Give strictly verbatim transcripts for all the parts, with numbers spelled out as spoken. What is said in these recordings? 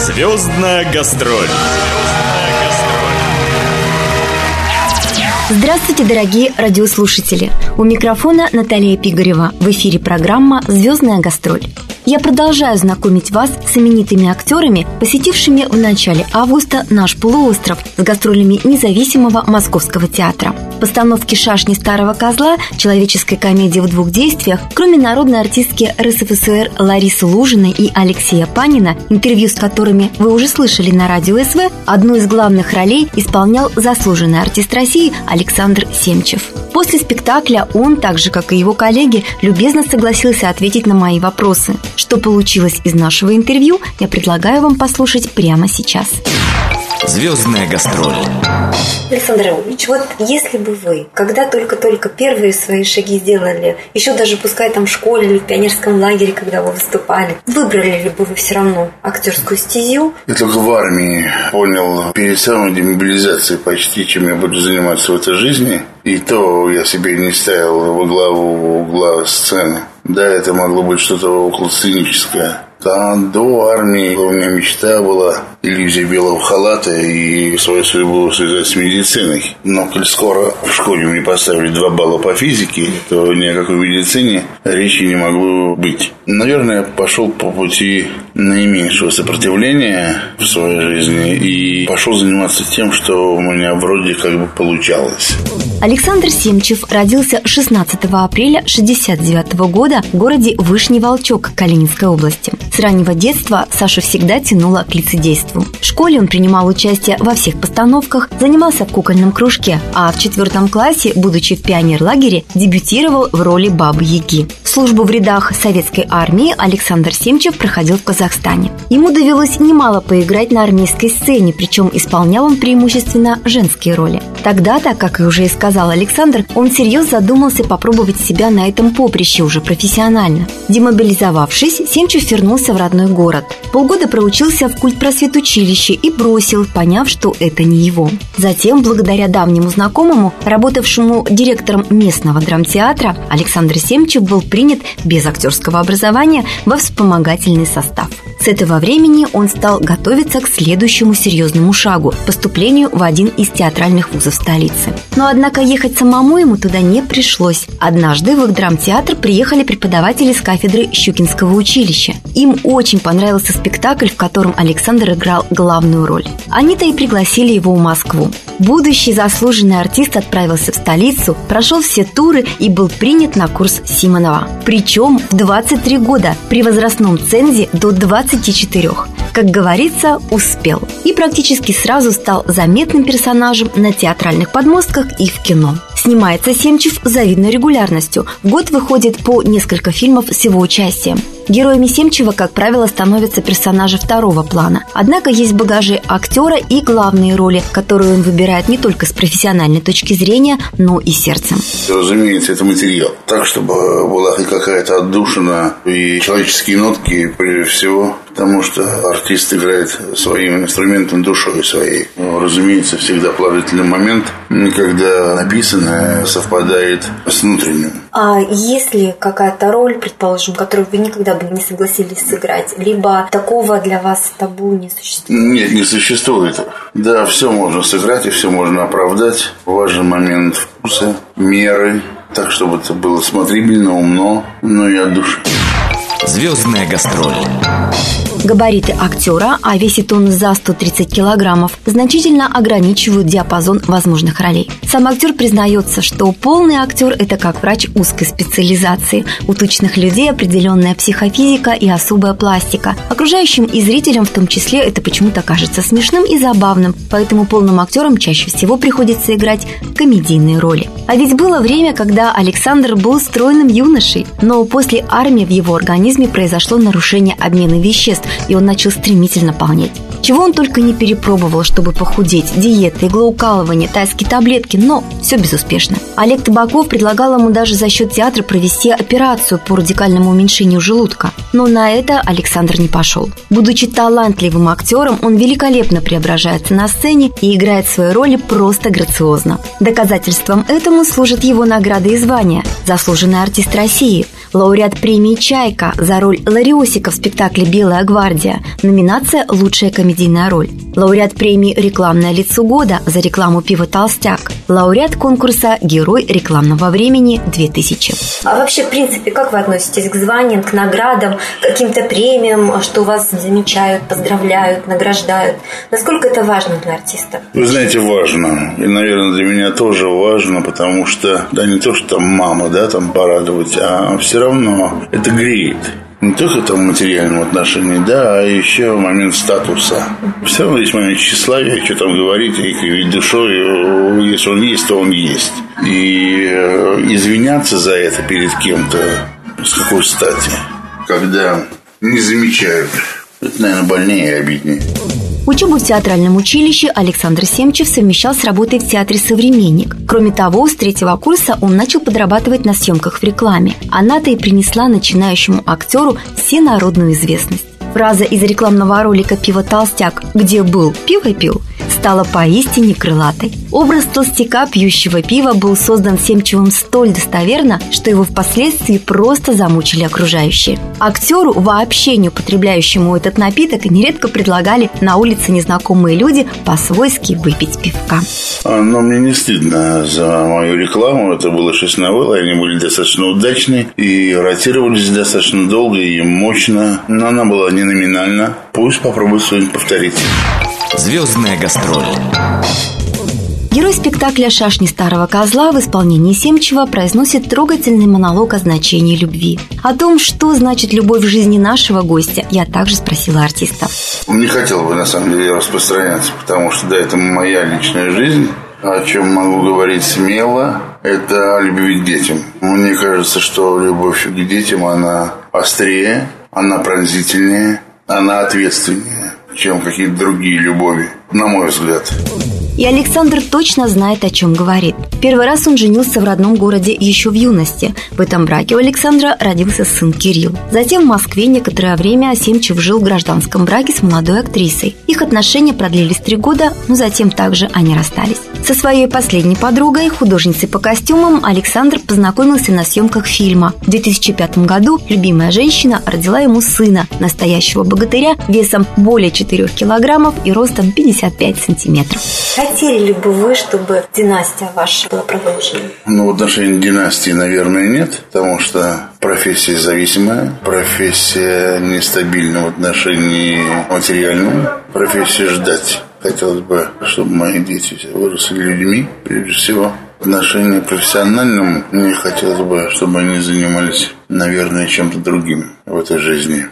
Звездная гастроль. Здравствуйте, дорогие радиослушатели! У микрофона Наталья Пигарева. В эфире программа «Звездная гастроль». Я продолжаю знакомить вас с именитыми актерами, посетившими в начале августа наш полуостров с гастролями независимого Московского театра. Постановки «Шашни старого козла», человеческой комедии в двух действиях, кроме народной артистки эр эс эф эс эр Ларисы Лужиной и Алексея Панина, интервью с которыми вы уже слышали на радио эс вэ, одну из главных ролей исполнял заслуженный артист России Александр Семчев. После спектакля он, так же как и его коллеги, любезно согласился ответить на мои вопросы. Что получилось из нашего интервью, я предлагаю вам послушать прямо сейчас. Звездная гастроль. Александр Иванович, вот если бы вы, когда только-только первые свои шаги сделали, еще даже пускай там в школе или в пионерском лагере, когда вы выступали, выбрали ли бы вы все равно актерскую стезю? Я только в армии понял перед самой демобилизацией почти, чем я буду заниматься в этой жизни. И то я себе не ставил во главу угла сцены. Да, это могло быть что-то околосценическое. А до армии у меня мечта была иллюзия белого халата и свою судьбу связать с медициной. Но коль скоро в школе мне поставили два балла по физике, то ни о какой медицине речи не могло быть. Наверное, я пошел по пути наименьшего сопротивления в своей жизни и пошел заниматься тем, что у меня вроде как бы получалось. Александр Семчев родился шестнадцатого апреля шестьдесят девятого года в городе Вышний Волчок Калининской области. С раннего детства Сашу всегда тянуло к лицедейству. В школе он принимал участие во всех постановках, занимался в кукольном кружке, а в четвертом классе, будучи в пионерлагере, дебютировал в роли Бабы-Яги. Службу в рядах советской армии Александр Семчев проходил в Казахстане. Ему довелось немало поиграть на армейской сцене, причем исполнял он преимущественно женские роли. Тогда-то, как и уже и сказал Александр, он всерьез задумался попробовать себя на этом поприще уже профессионально. Демобилизовавшись, Семчев вернулся в родной город. Полгода проучился в культпросветучилище и бросил, поняв, что это не его. Затем, благодаря давнему знакомому, работавшему директором местного драмтеатра, Александр Семчев был принят без актерского образования во вспомогательный состав. С этого времени он стал готовиться к следующему серьезному шагу – поступлению в один из театральных вузов столицы. Но, однако, ехать самому ему туда не пришлось. Однажды в их драмтеатр приехали преподаватели с кафедры Щукинского училища. Им очень понравился спектакль, в котором Александр играл главную роль. Они-то и пригласили его в Москву. Будущий заслуженный артист отправился в столицу, прошел все туры и был принят на курс Симонова. Причем в двадцать три года, при возрастном цензе до двадцати четырёх. Как говорится, успел. И практически сразу стал заметным персонажем на театральных подмостках и в кино. Снимается Семчев с завидной регулярностью. В год выходит по несколько фильмов с его участием. Героями Семчева, как правило, становятся персонажи второго плана. Однако есть в багаже актера и главные роли, которые он выбирает не только с профессиональной точки зрения, но и сердцем. Разумеется, это материал. Так, чтобы была хоть какая-то отдушина и человеческие нотки, прежде всего, потому что артист играет своим инструментом душой своей. Но, разумеется, всегда положительный момент, когда написанное совпадает с внутренним. А если какая-то роль, предположим, которую вы никогда бы не согласились сыграть, либо такого для вас табу не существует? Нет, не существует. Да, все можно сыграть и все можно оправдать. Важен момент вкуса, меры, так, чтобы это было смотрибельно, умно, но и от души. Звездная гастроль. Габариты актера, а весит он за сто тридцать килограммов, значительно ограничивают диапазон возможных ролей. Сам актер признается, что полный актер – это как врач узкой специализации. У тучных людей определенная психофизика и особая пластика. Окружающим и зрителям в том числе это почему-то кажется смешным и забавным, поэтому полным актерам чаще всего приходится играть комедийные роли. А ведь было время, когда Александр был стройным юношей, но после армии в его организме произошло нарушение обмена веществ, и он начал стремительно полнеть. Чего он только не перепробовал, чтобы похудеть: диеты, иглоукалывание, тайские таблетки, но все безуспешно. Олег Табаков предлагал ему даже за счет театра провести операцию по радикальному уменьшению желудка. Но на это Александр не пошел. Будучи талантливым актером, он великолепно преображается на сцене и играет свои роли просто грациозно. Доказательством этому служат его награды и звания: заслуженный артист России, лауреат премии «Чайка» за роль Лариосика в спектакле «Белая гвардия», номинация «Лучшая комедийная роль», лауреат премии «Рекламное лицо года» за рекламу пива «Толстяк», лауреат конкурса «Герой рекламного времени-две тысячи». А вообще, в принципе, как вы относитесь к званиям, к наградам, к каким-то премиям, что вас замечают, поздравляют, награждают? Насколько это важно для артиста? Вы знаете, важно. И, наверное, для меня тоже важно, потому что, да, не то, что там мама, да, там порадовать, а все равно это греет. Не только там в материальном отношении, да, а еще момент статуса. Все равно есть момент тщеславия, что там говорить, и кривить душой, если он есть, то он есть. И извиняться за это перед кем-то, с какой стати, когда не замечают, это, наверное, больнее и обиднее. Учебу в театральном училище Александр Семчев совмещал с работой в театре «Современник». Кроме того, с третьего курса он начал подрабатывать на съемках в рекламе. Она-то и принесла начинающему актеру всенародную известность. Фраза из рекламного ролика «Пиво Толстяк», где был «пиво пил», стала поистине крылатой. Образ толстяка, пьющего пива, был создан Семчевым столь достоверно, что его впоследствии просто замучили окружающие. Актеру, вообще не употребляющему этот напиток, нередко предлагали на улице незнакомые люди по-свойски выпить пивка. Но мне не стыдно за мою рекламу. Это было шесть новелл, они были достаточно удачны и ротировались достаточно долго и мощно. Но она была не номинальна. Пусть попробует что-нибудь повторить. Звездная гастроль. Герой спектакля «Шашни старого козла» в исполнении Семчева произносит трогательный монолог о значении любви. О том, что значит любовь в жизни нашего гостя, я также спросила артиста. Не хотел бы, на самом деле, распространяться, потому что, да, это моя личная жизнь. О чем могу говорить смело, это о любви к детям. Мне кажется, что любовь к детям, она острее, она пронзительнее, она ответственнее, чем какие-то другие любови, на мой взгляд. И Александр точно знает, о чем говорит. Первый раз он женился в родном городе еще в юности. В этом браке у Александра родился сын Кирилл. Затем в Москве некоторое время Семчев жил в гражданском браке с молодой актрисой. Их отношения продлились три года, но затем также они расстались. Со своей последней подругой, художницей по костюмам, Александр познакомился на съемках фильма. В две тысячи пятом году любимая женщина родила ему сына, настоящего богатыря, весом более четырех килограммов и ростом пятьдесят пять сантиметров. Хотели ли бы вы, чтобы династия ваша была продолжена? Ну, в отношении династии, наверное, нет, потому что профессия зависимая, профессия нестабильна в отношении материальном, профессия ждать. Хотелось бы, чтобы мои дети выросли людьми, прежде всего. В отношении профессиональном мне хотелось бы, чтобы они занимались, наверное, чем-то другим в этой жизни.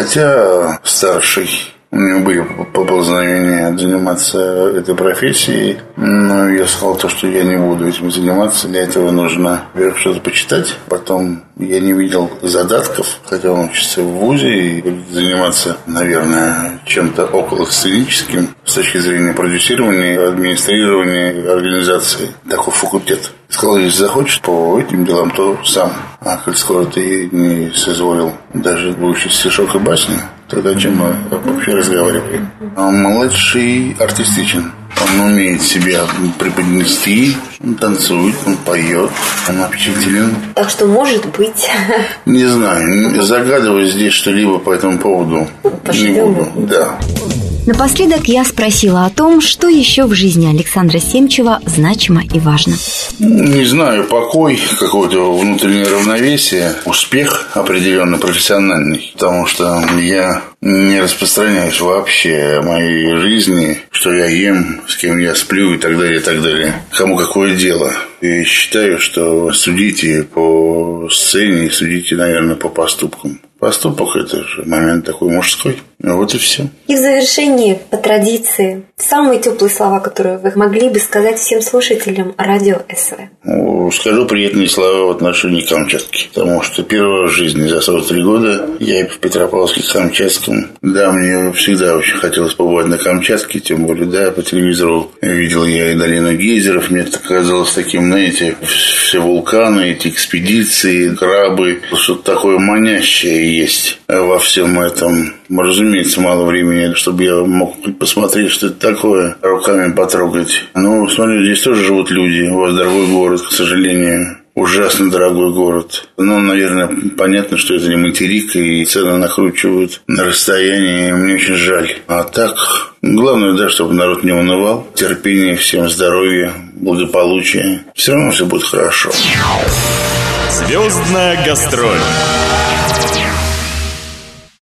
Хотя старший, у него были поползновения заниматься этой профессией, но я сказал то, что я не буду этим заниматься. Для этого нужно, во-первых, что-то почитать. Потом я не видел задатков, хотя он учится в вузе и будет заниматься, наверное, чем-то околосценическим с точки зрения продюсирования, администрирования, организации. Такой факультет. Сказал, если захочешь по этим делам, то сам. А коль скоро ты не соизволил даже выучить стишок и басню, тогда о чем мы вообще разговариваем? А младший артистичен. Он умеет себя преподнести, он танцует, он поет, он общителен. Так что, может быть... Не знаю, загадывать здесь что-либо по этому поводу не буду. Да. Напоследок я спросила о том, что еще в жизни Александра Семчева значимо и важно. Не знаю, покой, какое-то внутреннее равновесие, успех определенно профессиональный, потому что я не распространяюсь вообще о моей жизни, что я ем, с кем я сплю и так далее, и так далее. Кому какое дело. И считаю, что судите по сцене, судите, наверное, по поступкам. Поступок – это же момент такой мужской. Ну вот и все. И в завершении, по традиции, самые теплые слова, которые вы могли бы сказать всем слушателям радио СВ. Ну, скажу приятные слова в отношении Камчатки. Потому что первый раз в жизни за сорок три года я и в Петропавловске-Камчатском. Да, мне всегда очень хотелось побывать на Камчатке. Тем более, да, по телевизору видел я и долину гейзеров. Мне это казалось таким, знаете, все вулканы, эти экспедиции, крабы. Что-то такое манящее есть во всем этом. Разумеется, мало времени, чтобы я мог посмотреть, что это такое, руками потрогать. Но, смотрю, здесь тоже живут люди. У вас дорогой город, к сожалению. ужасно дорогой город. Ну, наверное, понятно, что это не материк, и цены накручивают на расстоянии. Мне очень жаль. А так, главное, да, чтобы народ не унывал. Терпение, всем здоровья, благополучия. Все равно все будет хорошо. Звездная гастроль.